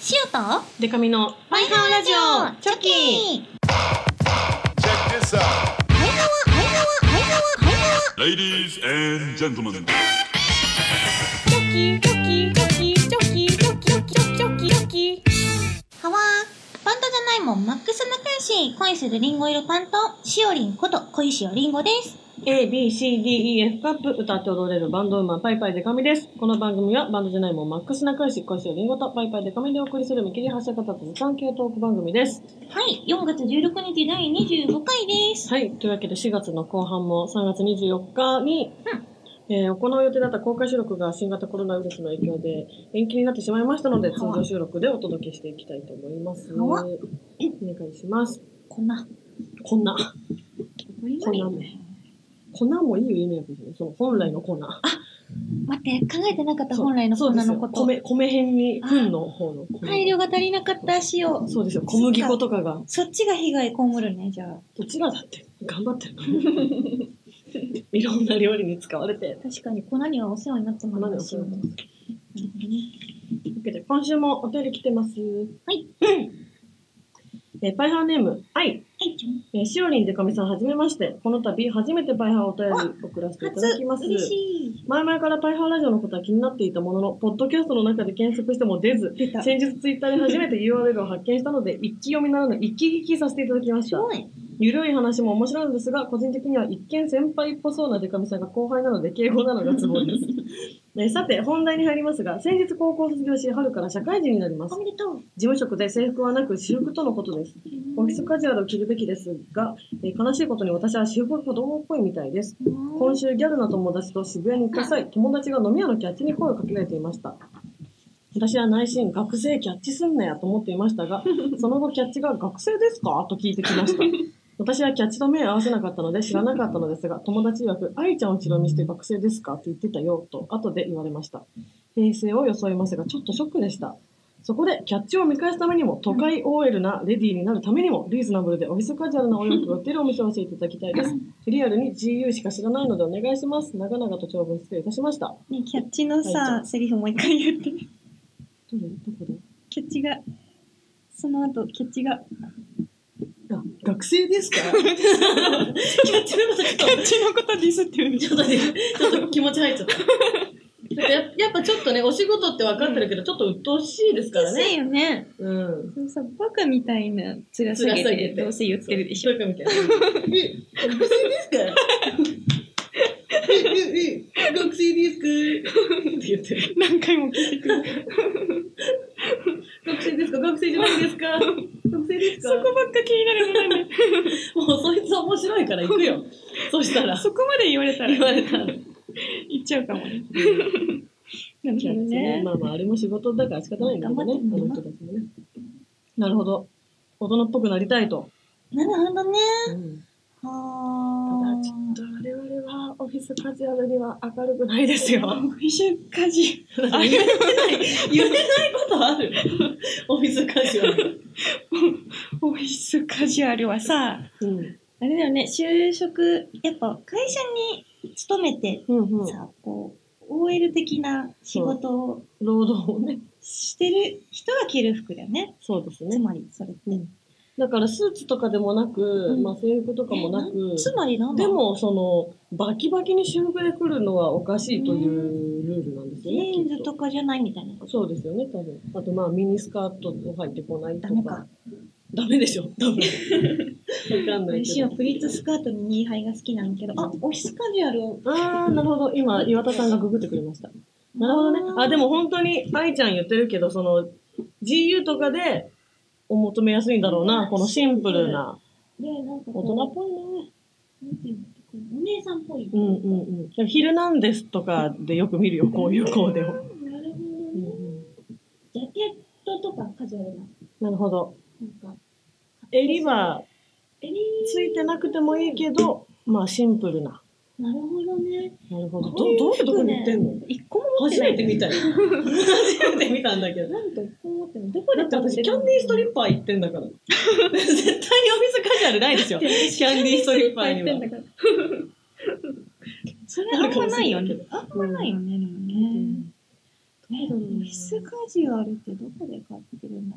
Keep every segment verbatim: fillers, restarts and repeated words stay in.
シオとデカミのパイハワラジオチョキ。パイハワパイハワパイハワパイハワ Ladies and gentlemen チョキチョキチョキチョキチョキチョキチョキチョキチョキハワーパンダじゃないもんマックス仲良し恋するリンゴ色担当しおりんこと恋しおりんごです。 A、B、C、D、E、F カップ歌って踊れるバンドウーマンパイパイデカミです。この番組はバンドじゃないもんマックス仲良し恋しおりんごとパイパイデカミでお送りする見切り発車型と時間系トーク番組です。 はい、よんがつじゅうろくにちだいにじゅうごかいです。 はい、というわけでしがつの後半もさんがつにじゅうよっかに、うんえー、行う予定だった公開収録が新型コロナウイルスの影響で延期になってしまいましたので、通常収録でお届けしていきたいと思います。お願いします。 こんな。 こんな。こんなも。粉もいいよ、意味なくて、その本来の粉。あ、 待って、考えてなかった本来の粉のこと。 米、米辺に粉の方の粉。 配慮が足りなかった塩。 そうですよ、小麦粉とかが。 そっちが被害被るね、じゃあ。 どっちがだって、頑張ってる。いろんな料理に使われて。 確かに粉にはお世話になってます。粉にはお世話になってます。なるほどね。 というわけで、今週もお便り来てます。 はい。 えー、パイハーネーム、愛。はい。えー、しおりんでかみさん、はじめまして。この度、初めてパイハーお便り送らせていただきます。 嬉しい。 前々からパイハーラジオのことは気になっていたものの、ポッドキャストの中で検索しても出ず、先日ツイッターで初めて ユーアールエル を発見したので、一気読みならぬ一気聞きさせていただきました。ゆるい話も面白いのですが、個人的には一見先輩っぽそうなデカミさんが後輩なので敬語なのがツボです。えさて、本題に入りますが、先日高校卒業し、春から社会人になります。 おめでとう。 事務職で制服はなく、私服とのことです。オフィスカジュアルを着るべきですが、え悲しいことに私は私服が子供っぽいみたいです。今週ギャルな友達と渋谷に行った際、友達が飲み屋のキャッチに声をかけられていました。私は内心、学生キャッチすんなやと思っていましたが、その後キャッチが学生ですかと聞いてきました。私はキャッチと目を合わせなかったので知らなかったのですが、友達曰く、愛ちゃんをチロ見して学生ですかって言ってたよ、と後で言われました。平成を装いますが、ちょっとショックでした。そこで、キャッチを見返すためにも、都会 オーエル なレディーになるためにも、リーズナブルでオフィスカジュアルなお洋服を売っているお店を教えていただきたいです。リアルに ジーユー しか知らないのでお願いします。長々と長文失礼いたしました。 ね、キャッチのさ、セリフもう一回言って。 どれどこでキャッチが、その後、キャッチが、 あ、学生ですかキャッチのこと、 キャッチのことディスってるんでちょっとね、ちょっと気持ち入っちゃった。や, やっぱちょっとね、お仕事って分かってるけど、うん、ちょっっと鬱陶しいですからね。 鬱陶しいよね。 うん。 そうさ、バカみたいな面下げて、どうせ言ってるでしょ。 バカみたいな。え、学生ですかえ、え、え、学生ですかって言ってる。 何回も聞いてくる。 学生ですか学生じゃないですか学生ですかそこばっか気になるのなんで。 もうそいつ面白いから行くよ。そしたら。 そこまで言われたら。 言われたら。 言っちゃうかもね。なるほどね。 まあまあ、あれも仕事だから仕方ないんだけどね。あの人たちもね。なるほど。大人っぽくなりたいと。 なるほどね。 うん、 はただ、ちょっと我々はオフィスカジュアルには明るくないですよ。 オフィスカジュアル。言えない、言えないことあるオフィスカジュアル。 オフィスカジュアルはさ、 うん、 あれだよね、就職、やっぱ会社に勤めて、 うんうん、 さ、こう、オーエル 的な仕事を、 労働をね、 してる人が着る服だよね。 そうですね。 つまり、それって。 うんだからスーツとかでもなく、うん、まあ制服とかもなく、 つまりなんだでもそのバキバキに私服で来るのはおかしいというルールなんですよね。 ジーンズとかじゃないみたいなこと。 そうですよね、多分。あとまあミニスカートを履いてこないとか。 ダメか。 ダメでしょ、多分。わかんないけど。 私はプリーツスカートにニーハイが好きなんだけど、あ、オフィスカジュアルを。 あー、なるほど。今、岩田さんがググってくれました。なるほどね。あ、でも本当に愛ちゃん言ってるけど、その ジーユー とかでお求めやすいんだろうな、このシンプルな。 で、なんか大人っぽいね。 なんていうのお姉さんっぽい。 うんうんうん。ヒルナンデスとかでよく見るよ、こういうコーデを。 なるほどね。ジャケットとかカジュアルな。 なるほど。 なんか襟はついてなくてもいいけど、まあシンプルな。 なるほどね。 なるほど。ど、どういうとこに売ってんの？ 一個も持ってない。 初めて見たよ。初めて見たんだけど。 なんと一個も持ってない。どこでだって私キャンディーストリッパー行ってんだから。絶対にオフィスカジュアルないですよ。キャンディーストリッパーには。 それあんまないよね。あんまないよね、でもね。え、オフィスカジュアルってどこで買ってるの？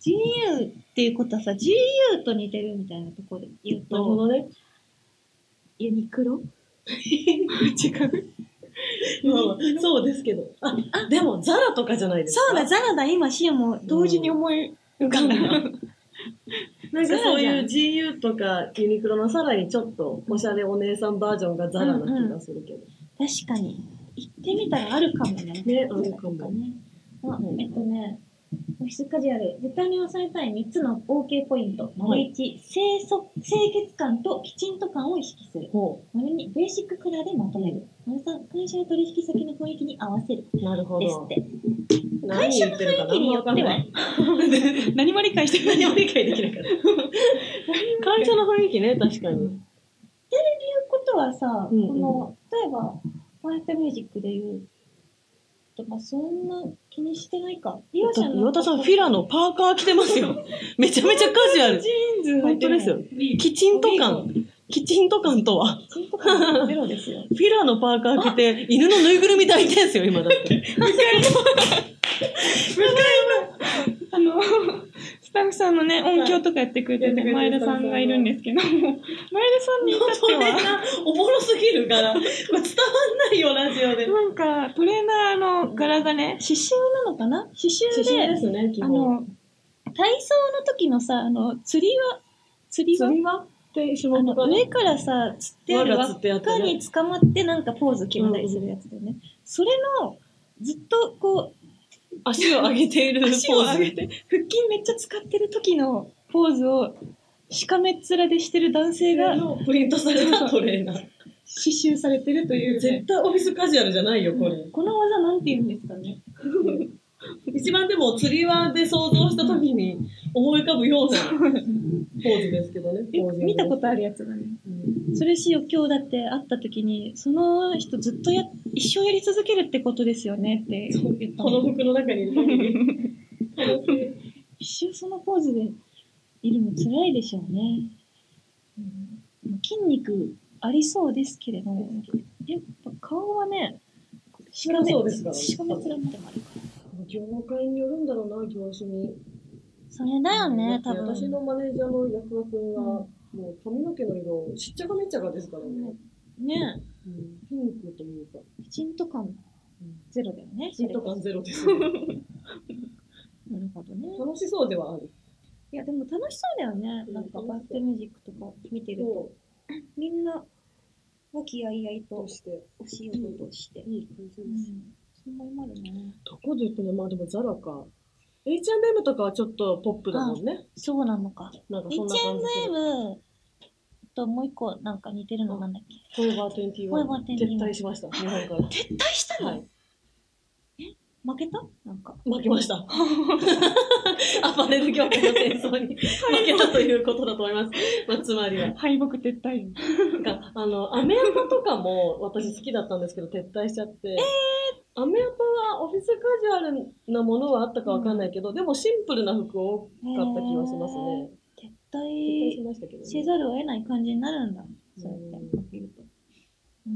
ジーユー っていうことはさ、ジーユー と似てるみたいなところで言うと。 なるほどね。 ユニクロ違うまあまあそうですけど。あ、でもザラとかじゃないですか。 そうだ、ザラだ、今シアも同時に思い浮かんだ。 なんかそういう ジーユー とかユニクロのさらにちょっとおしゃれお姉さんバージョンがザラな気がするけど。 確かに。行ってみたらあるかもね。 ね、あるかも。 ね、あ、えっとね、オフィスカジュアル、絶対に押さえたいみっつの OK ポイント。 はい、 いち、清楚、清潔感ときちんと感を意識する。に、ベーシックカラーでまとめる。さん、会社や取引先の雰囲気に合わせる。 なるほど。 ですって。会社の雰囲気によっては何も理解して何も理解できないから。会社の雰囲気ね、確かに。っていうことはさ、 うんうん、 この、例えば、ファイトミュージックで言うとか、そんな気にしてないか。 岩田さん、フィラのパーカー着てますよ。めちゃめちゃカジュアル。ジーンズ。本当ですよ。きちんと感。きちんと感とは。 きちんと感ゼロですよ。 フィラのパーカー着て、犬のぬいぐるみ抱いてんすよ、今だって。 向かいの、向かいの、あの、スタッフさんのね、音響とかやってくれてて、前田さんがいるんですけど、前田さんに至っては、 おもろすぎるから、これ伝わんないよ、ラジオで。 なんか、トレーナーの柄がね、刺繍なのかな刺繍で、 刺繍ですね、基本。 あの、体操の時のさ、あの、釣り輪、釣り輪釣り輪って種目が、ね、上からさ、釣ってある輪っかに捕まってなんかポーズ決めたりするやつだよね。うん、それの、ずっとこう、 足を上げているポーズ。 足を上げて、腹筋めっちゃ使ってる時のポーズを、しかめっ面でしてる男性が、 プリントされたトレーナー。 刺繍されてるという、ね。 絶対オフィスカジュアルじゃないよ、これ。 この技なんて言うんですかね。 一番でも釣り輪で想像した時に思い浮かぶようなポーズですけどね。 見たことあるやつだね。うん、それしよ、今日だって会った時に、その人ずっとや、一生やり続けるってことですよねって言った。 この服の中にいる時に。 一生そのポーズでいるの辛いでしょうね。うん、筋肉ありそうですけれども、やっぱ顔はね、しかめ面みたいなのあるから。 業界によるんだろうな、業種に。 それだよね、多分。 私のマネージャーの役場君が、もう髪の毛の色、しっちゃかめっちゃかですからね。 ねえ。うん、ピンクというか。 きちんと感ゼロだよね。 きちんと感ゼロですね。なるほどね。 楽しそうではある。 いや、でも楽しそうだよね。なんかバックミュージックとか見てると。みんな、和気あいあいとお仕事として。いい感じです。そんなにあるね。 どこで言っても、まあでもザラか。エイチアンドエム とかはちょっとポップだもんね。 そうなのか。 なんかそんな感じ。 エイチアンドエム ともう一個なんか似てるのなんだっけ。 フォーエバーにじゅういち。フォーエバーにじゅういち。撤退しました。日本から。 撤退したの？はい。え？負けた？なんか。 負けました。アパレル業界の戦争に負けたということだと思います。まあ、つまりは。 敗北撤退。 なんか、あの、アメアパとかも私好きだったんですけど、撤退しちゃって。えー、アメアパはオフィスカジュアルなものはあったかわかんないけど、うん、でもシンプルな服多かった気はしますね。 撤退しましたけどね。せざるを得ない感じになるんだ。そうやって負けると。うん、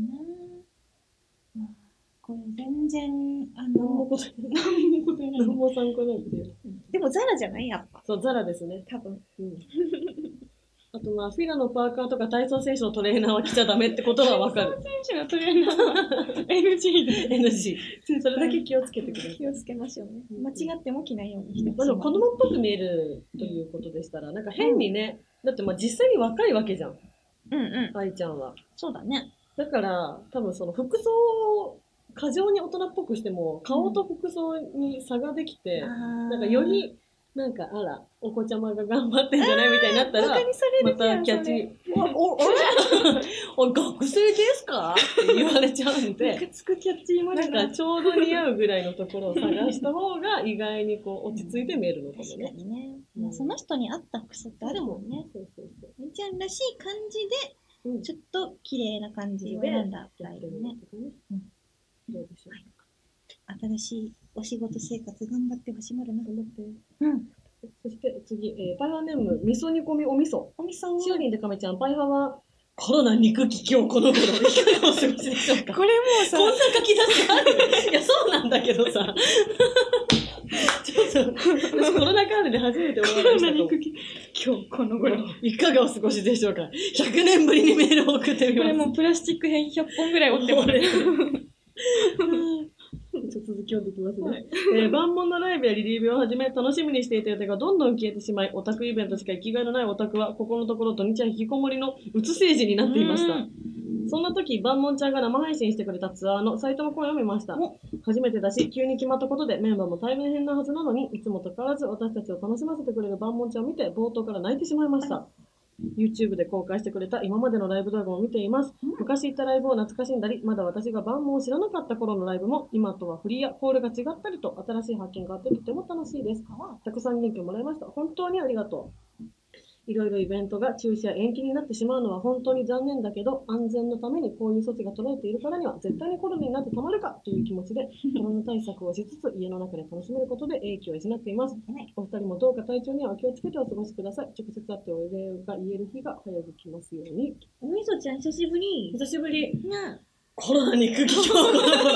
なるほどね。これ全然、あの、 何も答えない。何も答えない。何も参考ないっていう。 でもザラじゃないやっぱ。 そう、ザラですね。 多分。 うん。あとまあ、フィラのパーカーとか体操選手のトレーナーは着ちゃダメってことはわかる。 体操選手のトレーナーは エヌジー で。 エヌジー。それだけ気をつけてください。 気をつけましょうね。間違っても着ないようにして。 まあでも子供っぽく見えるということでしたら、なんか変にね、うん、だってまあ実際に若いわけじゃん。 うんうん。 愛ちゃんは。 そうだね。 だから、多分その服装を過剰に大人っぽくしても、顔と服装に差ができて、うん、なんかより、なんか、あら、お子ちゃまが頑張ってんじゃないみたいになったら、またキャッチ、お、お、お、学生ですかって言われちゃうんで、 ムカつくキャッチーなんかちょうど似合うぐらいのところを探した方が意外にこう落ち着いて見えるのかもね。 確かにね。まあ、その人に合った服装ってあるもんね。そうそうそう。みーちゃんらしい感じで、ちょっと綺麗な感じを選んだらいいね。 どうでしょう。 新しいお仕事生活頑張ってほしまるな。 頑張って。 うん。 そして次、えー、パイハーネーム、味噌煮込みお味噌。 お味噌。 しおりんでかめちゃん、パイハーは、コロナ憎き今日この頃、いかがお過ごしでしょうか。 これもうさ、 こんな書き出しあるいや、そうなんだけどさ。ちそう私コロナ関連で初めてお会いしたかも。 コロナに釘。今日この頃。 いかがお過ごしでしょうか。ひゃくねんぶりにメールを送ってみます。 これもうプラスチック片ひゃっぽんぐらい折ってもらう。 ちょっと続き読んできますね。はい、えー、万門のライブやリリーベをはじめ楽しみにしていた予定がどんどん消えてしまい、オタクイベントしか生きがいのないオタクは、ここのところ土日は引きこもりのうつ政治になっていました。そんな時、万門ちゃんが生配信してくれたツアーの埼玉公演を見ました。初めてだし、急に決まったことでメンバーも大変なはずなのに、いつもと変わらず私たちを楽しませてくれる万門ちゃんを見て、冒頭から泣いてしまいました。YouTube で公開してくれた今までのライブ動画を見ています。昔行ったライブを懐かしんだり、まだ私が万門を知らなかった頃のライブも、今とは振りやコールが違ったりと、新しい発見があってとても楽しいです。たくさん元気をもらいました。本当にありがとう。いろいろイベントが中止や延期になってしまうのは本当に残念だけど、安全のためにこういう措置が取られているからには、絶対にコロナになってたまるかという気持ちで、コロナ対策をしつつ、家の中で楽しめることで影響を失っています。お二人もどうか体調にはお気をつけてお過ごしください。直接会ってお礼が言える日が早く来ますように。 おみそちゃん久しぶり。 久しぶり。 なコロナに釘をこの頃。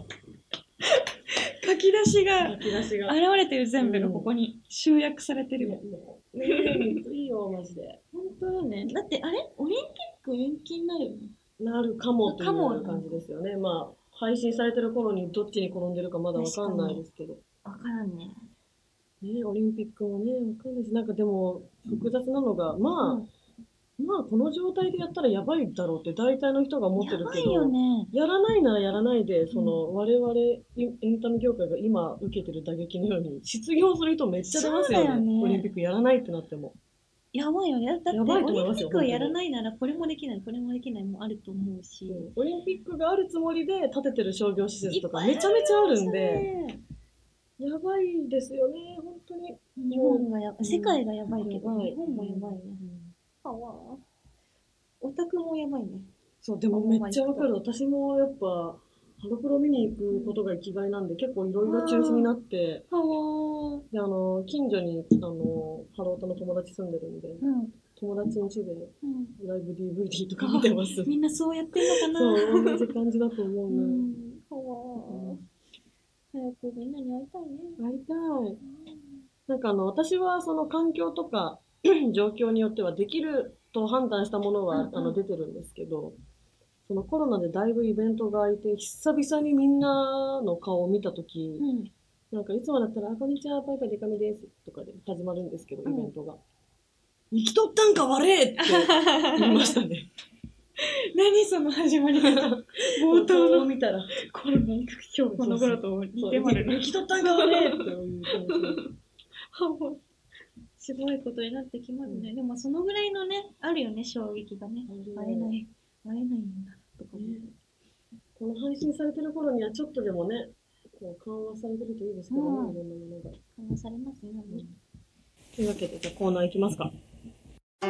書き出しが書き出しが現れてる、全部がここに集約されてるよ。 ねえ、いいよ、マジで。 本当よね。だって、あれオリンピック延期になるよね。 なるかもという感じですよね。まあ、配信されてる頃にどっちに転んでるかまだわかんないですけど。 わからんね。 ね、オリンピックもね、わかんないし、なんかでも、複雑なのが、まあ、うんまあ、この状態でやったらやばいだろうって大体の人が思ってるけど、やばいよね。やらないならやらないで、その、うん、我々エンタメ業界が今受けてる打撃のように、失業する人めっちゃ出ますよね。ねオリンピックやらないってなっても。 やばいよね。だって、オリンピックをやらないなら、これもできない、これもできないもあると思うし。 オリンピックがあるつもりで建ててる商業施設とかめちゃめちゃあるんで、やばいですよね、本当に。 日本がやばい、世界がやばいけど、日本もやばいね。はわオタクもやばいね。 そう、でもめっちゃわかる。私もやっぱ、ハロプロ見に行くことが生きがいなんで、結構いろいろ中止になって、 はわで、あの、近所に、あの、ハロータの友達住んでるんで、うん、友達ん家で、ライブ ディーブイディー とか見てます。 みんなそうやってんのかなそう、同じ感じだと思うな。うん、 はわ早くみんなに会いたいね。 会いたい。なんかあの、私はその環境とか、状況によってはできると判断したものは、うんうん、あの出てるんですけど、そのコロナでだいぶイベントが空いて、久々にみんなの顔を見たとき、うん、なんかいつもだったら、あ、こんにちは、パイパイデカミですとかで始まるんですけど、イベントが。生きとったんか悪いって言いましたね。 何その始まり方。冒頭の見たら、 コロナに今日この頃と似てまる。 生きとったんか悪いっていう感じで。 すごいことになってきますね。うん、でもそのぐらいのね、あるよね、衝撃がね。会えない、会えないんだとかね。 この配信されてる頃にはちょっとでもね、こう緩和されてるといいですけどね、いろんなものが。 緩和されますね。うん、 というわけで、じゃあコーナー行きますか。パイ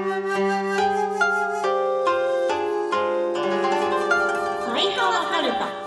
ハワカルタ。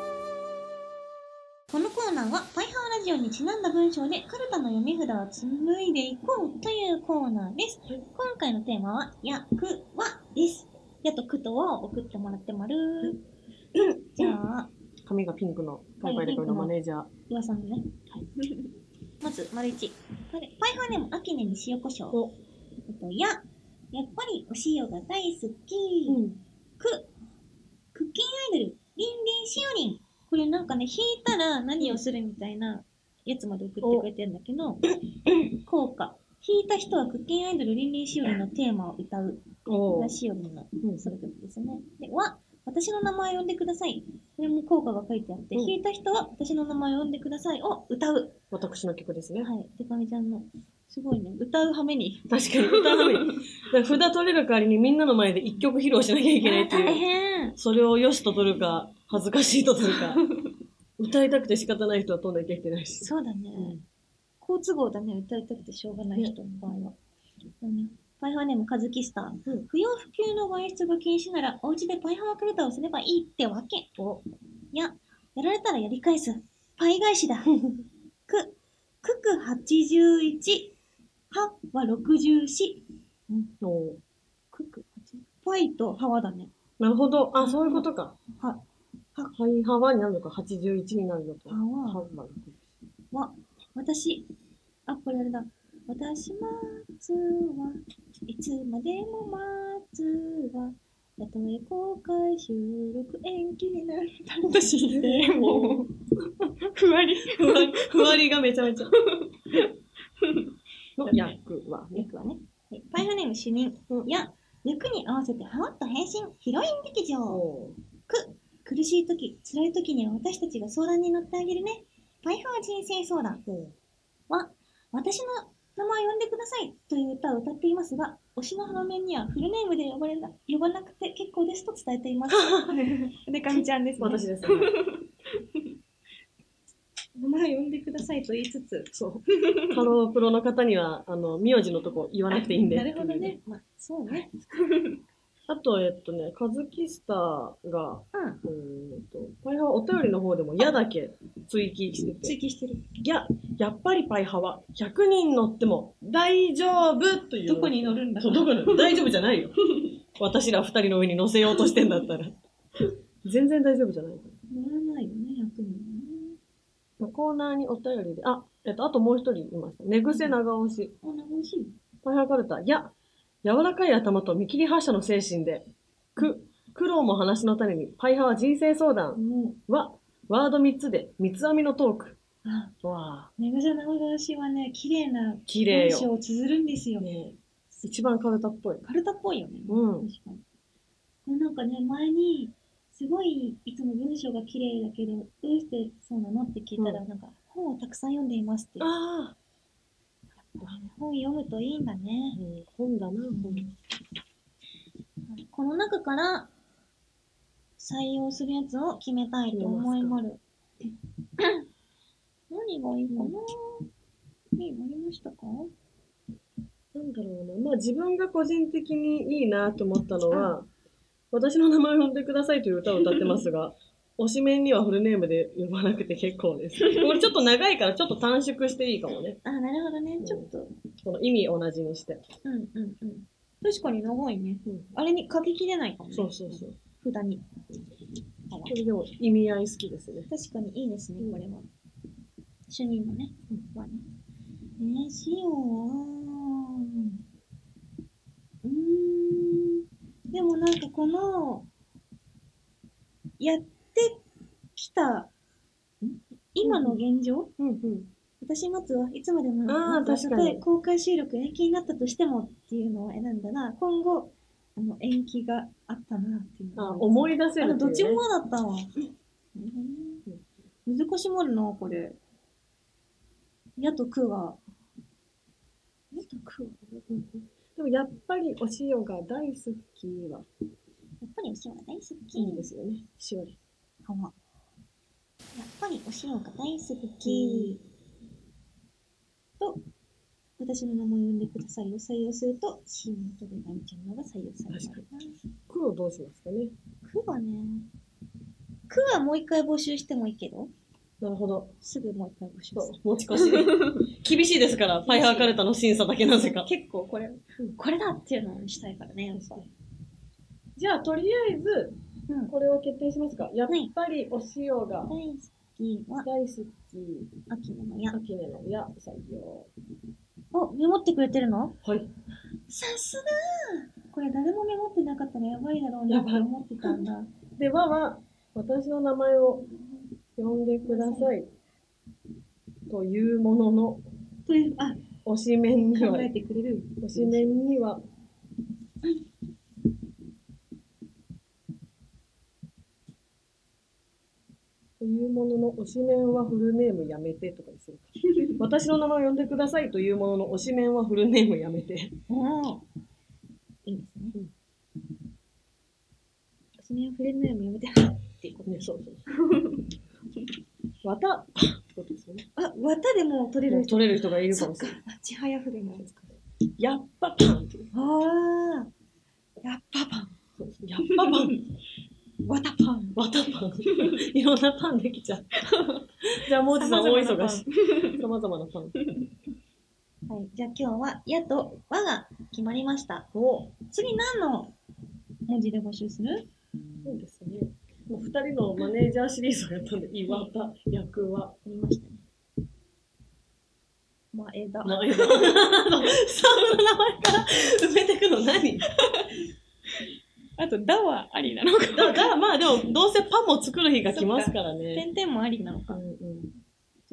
このコーナーはパイハワラジオにちなんだ文章でカルタの読み札を紡いでいこうというコーナーです。はい、今回のテーマは、や、く、わです。やとくとを送ってもらってまる。はい、じゃあ、 髪がピンクのパイパイデカミのマネージャー。 岩さんね。はい、まず、丸一。パイハワネーム、アキネに塩コショウ。や、やっぱりお塩が大好き。うん、く、クッキンアイドル、リンリンしおりん。これなんかね、弾いたら何をするみたいなやつまで送ってくれてるんだけど、効果。弾いた人はクッキンアイドルリンリンしおりんのテーマを歌う。がしおりんのそれですね。で、わ、私の名前を呼んでください。これも効果が書いてあって、うん、弾いた人は私の名前を呼んでくださいを歌う。 私の曲ですね。 はい。でかみちゃんの。すごいね。歌うはめに。 確かに、歌うはめに。札取れる代わりにみんなの前で一曲披露しなきゃいけないっていう。 大変。 それを良しと取るか、恥ずかしいと取るか。歌いたくて仕方ない人は取んなきゃいけないし。 そうだね。うん、好都合だね。歌いたくてしょうがない人の場合は。ね、パイハワネームカズキスター、うん。不要不急の外出が禁止なら、お家でパイハワカルタをすればいいってわけ。おいや、やられたらやり返す。パイ返しだ。く、くくはちじゅういち。ははろくじゅうよん。うん。おくくはちじゅう。パイとハワだね。 なるほど。あ、そういうことか。 は。 は、はい、ハワになるのか、はちじゅういちになるのか。 ハワ。は、 私、あ、これあれだ。私待つはいつまでも待つは、たとえ公開収録延期になったとしても、ふわり。 ふわり、ふわりがめちゃめちゃ。の役はね。 役はね。パイハーネーム主任や、役に合わせてハマッと変身、ヒロイン劇場。く、苦しい時、辛い時には私たちが相談に乗ってあげるね。パイハー人生相談は、私の名前を呼んでくださいという歌を歌っていますが、推しの花面にはフルネームで呼ばれな呼ばなくて結構ですと伝えています。でかみちゃんですね。 私ですね。 名前呼んでくださいと言いつつ、 そう。ハロープロの方には、あの、名字のとこ言わなくていいんで。 なるほどね。まあ、そうね。 あと、えっとね、カズキスターが、 うん。 うんと、パイハワお便りの方でも、やだけ追記してて。 追記してる。 いや、やっぱりパイハワ、ひゃくにん乗っても大丈夫という。 どこに乗るんだそう、どこに乗る大丈夫じゃないよ。私ら二人の上に乗せようとしてんだったら。全然大丈夫じゃない。 乗らないよね、ひゃくにんね。 まあ、コーナーにお便りで、あ、えっと、あともう一人いました。寝癖長押し。 あ、長押し。 パイハワカルタ、いや、柔らかい頭と見切り発車の精神で、く、苦労も話の種に、パイハワ人生相談は、ワードみっつで三つ編みのトーク。 あ、 わ寝癖長押しはね、綺麗な綺麗よ文章を綴るんですよ。 ね、一番カルタっぽい。 カルタっぽいよね。 うん。 確かに。これなんかね、前に、すごい、いつも文章が綺麗だけど、どうしてそうなのって聞いたら、 うんなんか、本をたくさん読んでいますって。 ああ。 本読むといいんだね。 うん、本だな、本。 この中から採用するやつを決めたいと思います。何がいいかな、いいのありましたか？ なんだろうな。まあ自分が個人的にいいなと思ったのは、私の名前を呼んでくださいという歌を歌ってますが、推しメンにはフルネームで呼ばなくて結構です。これちょっと長いからちょっと短縮していいかもね。 あ、なるほどね。ちょっと。 この意味同じにして。 うんうんうん。確かに長いね。 うん、 あれに書ききれないかもね。 そうそうそう。 札に。 これでも意味合い好きですね。 確かにいいですね、これは。主任のね。うん。はね。えー、しよう。うーん。でもなんかこの、やってきた、今の現状、 うんうん、 私待つはいつまでもあ待つは、たとえ公開収録延期になったとしてもっていうのを選んだら、今後、あの延期があったなっていうのあ、思い出せるっていう、ね。 あの、どっちもだったわ。難しもるな、これ。やとくは。やとくは。 でもやっぱりお塩が大好きは。 やっぱりお塩が大好き。 いいですよね。塩です。 かわ。やっぱりお塩が大好き。と、私の名前を呼んでくださいを採用すると、シーンとでガミちゃんのが採用されます。 くをどうしますかね。 くはね、くはもう一回募集してもいいけど。 なるほど。 すぐもう一回募集する。 持ち越し。厳しいですから、ファイハーカルタの審査だけなぜか。 結構これ、うん、これだっていうのをしたいからね、やっぱ。 じゃあ、とりあえず、うん、これを決定しますか。やっぱりお塩が、 大好きは、 大好き、 秋音のや。 秋音のや、採用。 お、メモってくれてるの？ はい。 さすがー。これ誰もメモってなかったらやばいだろうなって思ってたんだ。 で、わは、私の名前を呼んでください。というものの、 という、あ、 推しメンには、 考えてくれる。 推しメンには、というものの、推しメンはフルネームやめてとかにするか。私の名前を呼んでくださいというものの、推しメンはフルネームやめて。 おー。いいですね。うん、推しメンはフルネームやめて。っていうことね。 そうそうそう。わた、ってことですよね。 あ、わたでも取れる人。取れる人がいるかもしれない。 ちはやふるのやつか。 やっぱパン。 あー。やっぱパン。 やっぱパン。 わたパン。 わたパン。いろんなパンできちゃう。じゃあ、もうじさん大忙し。様々なパン。 はい。じゃあ今日は、やとわが決まりました。 お次何の文字で募集する？ そうですね。もう二人のマネージャーシリーズをやったんで、岩田、役は。 ありましたね。 前だ。 前田。サウナの名前から埋めてくの何？ あと、だはありなのか。 だ、だ、まあでも、どうせパンも作る日が来ますからね。 点々もありなのか。 うんうん、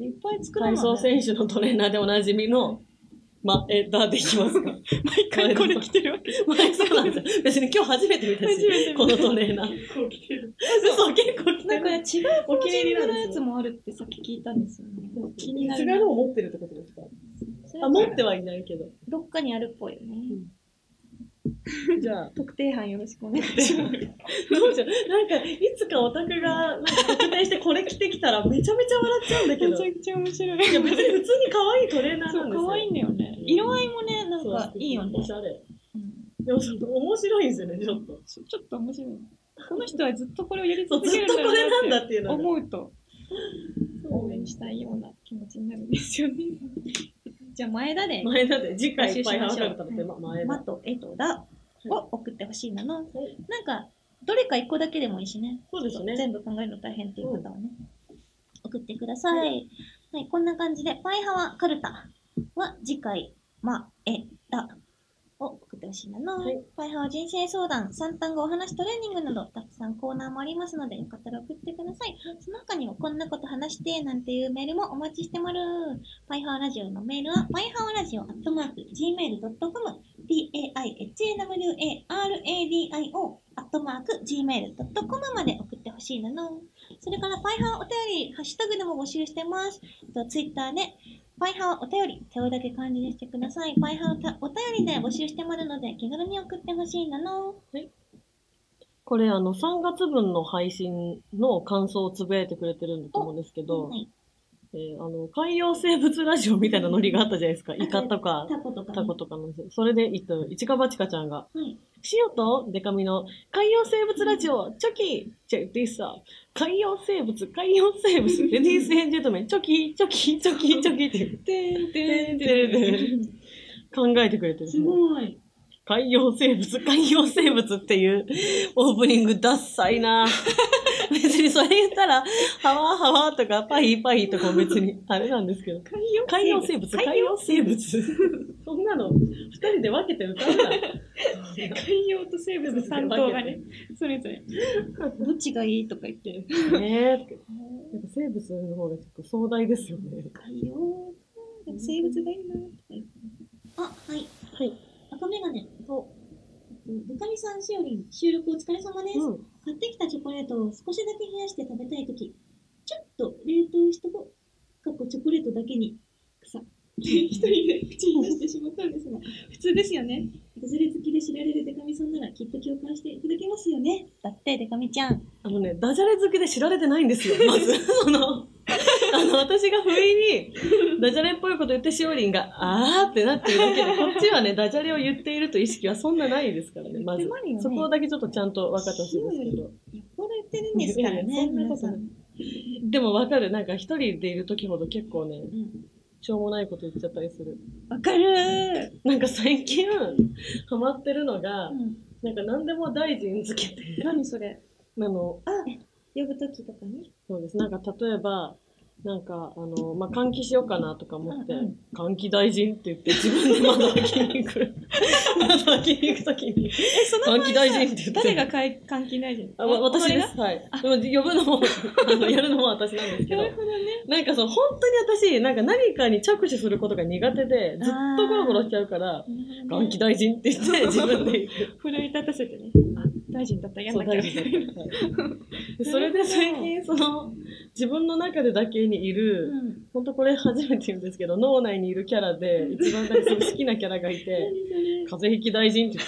いっぱい作らない。 体操選手のトレーナーでおなじみの、前田できますか？ 毎回これ着てるわけ。 前そうなんですよ。別に今日初めて見たし、 初めて見たこのトレーナー。結構着てる。嘘、結構着てる。 なんか違うお気に入りのやつもあるってさっき聞いたんですよね。気になる。 違うのを持ってるってことですか？あ、持ってはいないけど。 どっかにあるっぽいよね。 じゃあ、 特定班よろしくお願いします。 どうしよう。なんか、いつかオタクが、なんか特定してこれ着てきたらめちゃめちゃ笑っちゃうんだけど。 めちゃくちゃ面白い。 いや、別に普通に可愛いトレーナーなんですよ。 可愛いんだよね。色合いもね、なんかいいよね。 おしゃれ。でも、面白いんですよね、ちょっと。 ちょっと面白い。この人はずっとこれをやり続ずっとこけるんだれなんだっていうの思うと、応援したいような気持ちになるんですよね。じゃあ、前田で。 前田で、次回いっぱい話されたので、前田。 まと、えとだを送ってほしいなの。なんか、どれか一個だけでもいいしね。 そうですね。 全部考えるの大変っていう方はね。送ってください。はい、こんな感じで、パイハワカルタは次回、ま、え、だを送ってほしいなの。はい、パイハワ人生相談、さん単語お話トレーニングなど、たくさんコーナーもありますので、よかったら送ってください。その他にも、こんなこと話して、なんていうメールもお待ちしてまる。パイハワラジオのメールは、パイハワラジオアットマーク、ジーメールドットコム、ピーエーアイエイチエーダブリューエーアールエーディーアイオー、アットマーク、ジーメールドットコム まで送ってほしいなの。それから、パイハワお便り、ハッシュタグでも募集してます。ツイッターで、パイハワお便り、手をだけ漢字にしてください。パイハワお便りで募集してもらうので、気軽に送ってほしいなの。 はい。これ、あの、さんがつぶんの配信の感想をつぶやいてくれてるんだと思うんですけど、はい、えー、あの、海洋生物ラジオみたいなノリがあったじゃないですか。イカとか、 タコとか、ね、 タコとかの。それで、えっと、いちかばちかちゃんが、はい、塩とデカミの海洋生物ラジオ、チョキチェディサ海洋生物、海洋生物、レディースエンジェントメン、チョキチョキチョキチョキっていう。てんてんてんてん。考えてくれてる。 すごい。 海洋生物、海洋生物っていうオープニングダッサいな別にそれ言ったら、ハワーハワーとかパイパイとか別にあれなんですけど。海洋生物、海洋生物。そんなの二人で分けて歌うな。 海洋と生物の担当がね、それぞれ。どっちがいいとか言ってる。 ねえ。なんか生物の方が結構壮大ですよね。 海洋、生物がいいな。あ、はい。はい。赤メガネと、デカミさんしおりん、収録お疲れ様です、うん。買ってきたチョコレートを少しだけ冷やして食べたいとき、ちょっと冷凍しとこう。かっこチョコレートだけに、草。一人で口に出してしまったんですが、普通ですよね。ダジャレ好きで知られるデカミさんならきっと共感していただけますよね。だって、デカミちゃん。 あのね、ダジャレ好きで知られてないんですよ、まず。その、あの、私が不意に、ダジャレっぽいこと言ってしおりんが、あーってなってるだけで、こっちはね、ダジャレを言っているという意識はそんなないですからね、まず。ね、そこだけちょっとちゃんと分かってほしいですけど。 よっぽど言ってるんですからね、そんなことない。 でも分かる、なんか一人でいる時ほど結構ね、うん、しょうもないこと言っちゃったりする。 わかるー。 なんか最近、ハマってるのが、うん、なんか何でも大臣つけて。 何それ？ あの、 あ、呼ぶときとかに？ そうです。なんか例えば、なんか、あの、まあ、換気しようかなとか思って、うんうん、換気大臣って言って自分で窓開けに行く。窓開けに行くときに。え、 その換気大臣って言って。 誰が換気大臣？ あ、私です。はい。でも呼ぶのも、あの、やるのも私なんですけど。 なるほどね。 なんかそう、本当に私、なんか何かに着手することが苦手で、ずっとゴロゴロしちゃうから、換気大臣って言って自分で行く。 奮い立たせてね。あ、大臣だったらやんなきゃ。 そう、大臣だったら。はい、それで最近、その、自分の中でだけにいる、うん、本当これ初めて言うんですけど、脳内にいるキャラで、一番好きなキャラがいて、風邪ひき大臣って言って、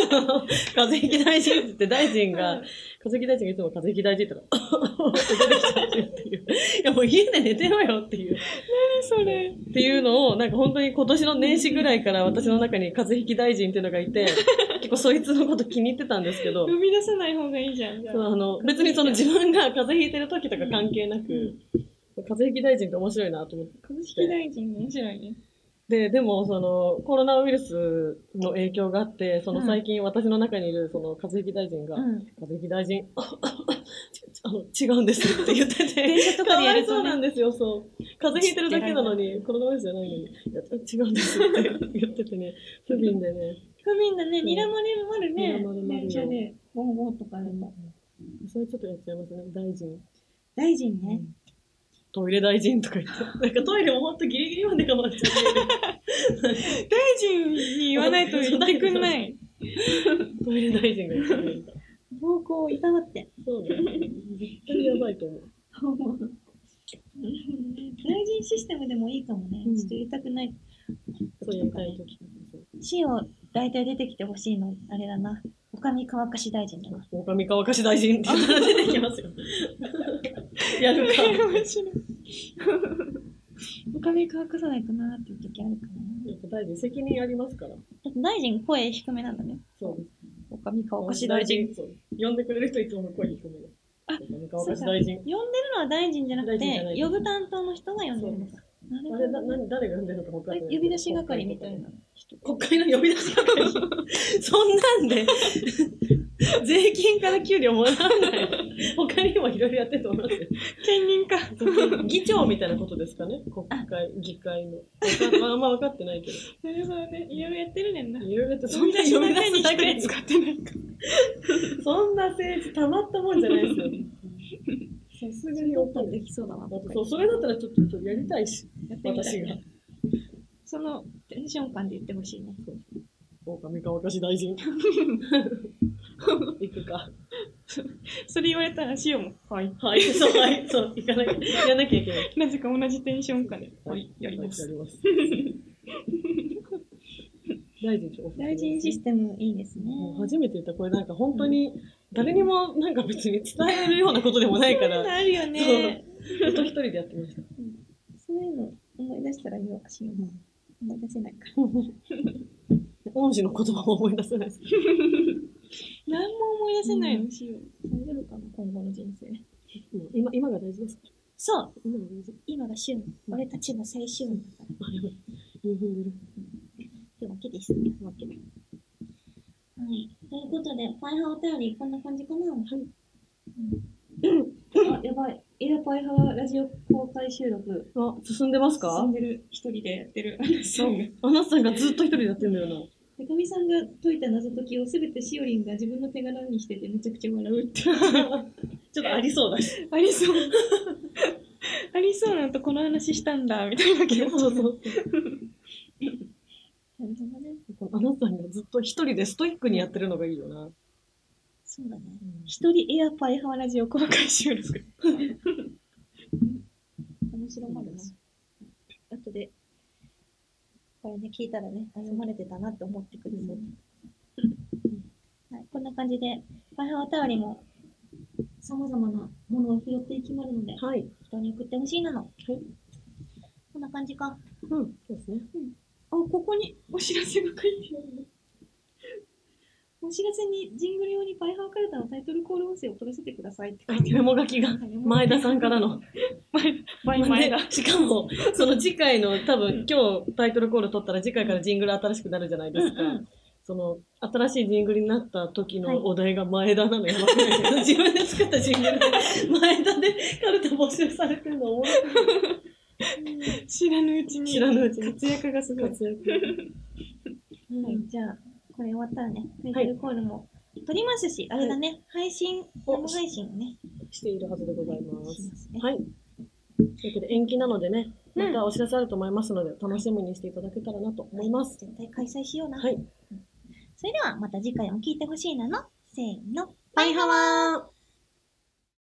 なんか風邪ひき大臣って言って、大臣が、風邪ひき大臣がいつも風邪ひき大臣とか、って出てきちゃってるっていう。いやもう家で寝てろよっていう。 何それっていうのを、なんか本当に今年の年始ぐらいから私の中に風邪ひき大臣っていうのがいて、結構そいつのこと気に入ってたんですけど。 呼び出さない方がいいじゃん。 そう、あの、別にその自分が風邪ひいてる時とか関係なく、うん、風邪ひき大臣って面白いなと思って。 風邪ひき大臣面白いね。 で、でも、その、コロナウイルスの影響があって、そのうん最近私の中にいる、その、和之大臣が、 うん和之大臣、あの、違うんですって言ってて、 電車とかでやるとねかわいそうなんですよ、そう。風邪ひいてるだけなのに、コロナウイルスじゃないのに、いや、違うんですって言っててね、不憫でね、 不憫だね、 そう睨まれるまるね。 睨まれるまるよ電車で、ゴーゴーとかでも。 それちょっとやっちゃいますね、大臣。 大臣ね。 トイレ大臣とか言って。なんかトイレもほんとギリギリまで我慢しちゃって。 大臣に言わないと言ってくんない。 トイレ大臣が言ってくれるから。 暴行をいたわって。 そうね。絶対やばいと思う。 大臣システムでもいいかもね。 うんちょっと入れたくない。 そうやりたいとき。 死を大体出てきてほしいの、あれだな。おかみ乾かし大臣だな。 おかみ乾かし大臣って言ったら出てきますよ。やるか。 面白い。おかみ乾かさないとなーっていう時あるかな。 やっぱ大臣責任ありますから。 だって大臣声低めなんだね。 そうです。 おかみ乾かし大臣。 そう。呼んでくれる人いつも声低めで。 あ、 おかみ乾かし大臣。 呼んでるのは大臣じゃなくて、 大臣じゃない呼ぶ担当の人が呼んでるのか。なるほあれ、 どな、な、誰が呼んでるのか分かんない。 呼び出し係みたいな人。 国会の呼び出し係そんなんで、税金から給料もらわない。他にもいろいろやってると思いますよ。 兼任か。 議長みたいなことですかね、国会、議会の。まあ、あんま分かってないけど。 なるほどね。いろいろやってるねんな。 いろいろやって、そ呼び出しんな呼びだけに出すだけに一人使ってないか。 そんな政治たまったもんじゃないですよ。さすがにだったら怒ってできそうだな。 そう、それだったらちょっとちょっとやりたいし、 やってみたい私が。 ね。そのテンション感で言ってほしいね。 狼乾かし大臣。行くか。 それ言われたら塩も、はい。 はい、そう、はい、そう、行かなきゃ、やんなきゃいけない。 なぜか同じテンション感で、はい、やります。 やります。大臣大臣システムいいですね。 もう初めて言った、これなんか本当に、誰にもなんか別に伝えるようなことでもないから。 そういうのあるよね。 そう。ずっと一人でやってました。 そういうの思い出したら言おうかしよう。思い出せないから。 恩師の言葉も思い出せないです。 何も思い出せないのしよう。大丈夫かな今後の人生。 今、今が大事ですか？ そう今が大事。 今が旬。俺たちの青春だから。 あ、やばい。インフンでる。 というわけです。というわけで。はい。ということで、パイハーお便りこんな感じかな。はい。あ、やばい。エアパイハーラジオ公開収録。 あ、進んでますか？ 進んでる。一人でやってる。アナさんが。 アナさんがずっと一人でやってるんだよな。 高見さんが解いた謎解きをすべてしおりんが自分の手柄にしててめちゃくちゃ笑うって。 ちょっとありそうだし。 ありそう。ありそうなのとこの話したんだ、みたいな気がする。 そうそう。 なるほどね。 アナさんがずっと一人でストイックにやってるのがいいよな。 そうだね。一人エアパイハーラジオ公開収録。面白まるな。後で、これね、聞いたらね、あ、読まれてたなって思ってくれそう。はい、こんな感じで、パイハーお便りも、様々なものを拾っていきまるので、 はい。 人に送ってほしいなの。 はい。 こんな感じか。 うん、そうですね。 あ、ここにお知らせが書いてある。お知らせにジングル用にパイハーカルタのタイトルコール音声を取らせてくださいって書いてある。 メモ書きが、前田さんからの。 前前田。 しかも、その次回の、多分今日タイトルコール取ったら次回からジングル新しくなるじゃないですか。 うんうん、 その、新しいジングルになった時のお題が前田なのよ。はい、自分で作ったジングルで、前田でカルタ募集されてるのおもろい。 知らぬうちに。 知らぬうちに。 活躍がすごい。 活躍。 はい、じゃあ、これ終わったらね、タイトルコールも撮りますし、あれだね、配信、生配信をね、 しているはずでございます。 しますね。 はい。というわけで延期なのでね、またお知らせあると思いますので、楽しみにしていただけたらなと思います。 絶対開催しような。 はい。 それではまた次回も聞いてほしいなの。せーの。 バイハワー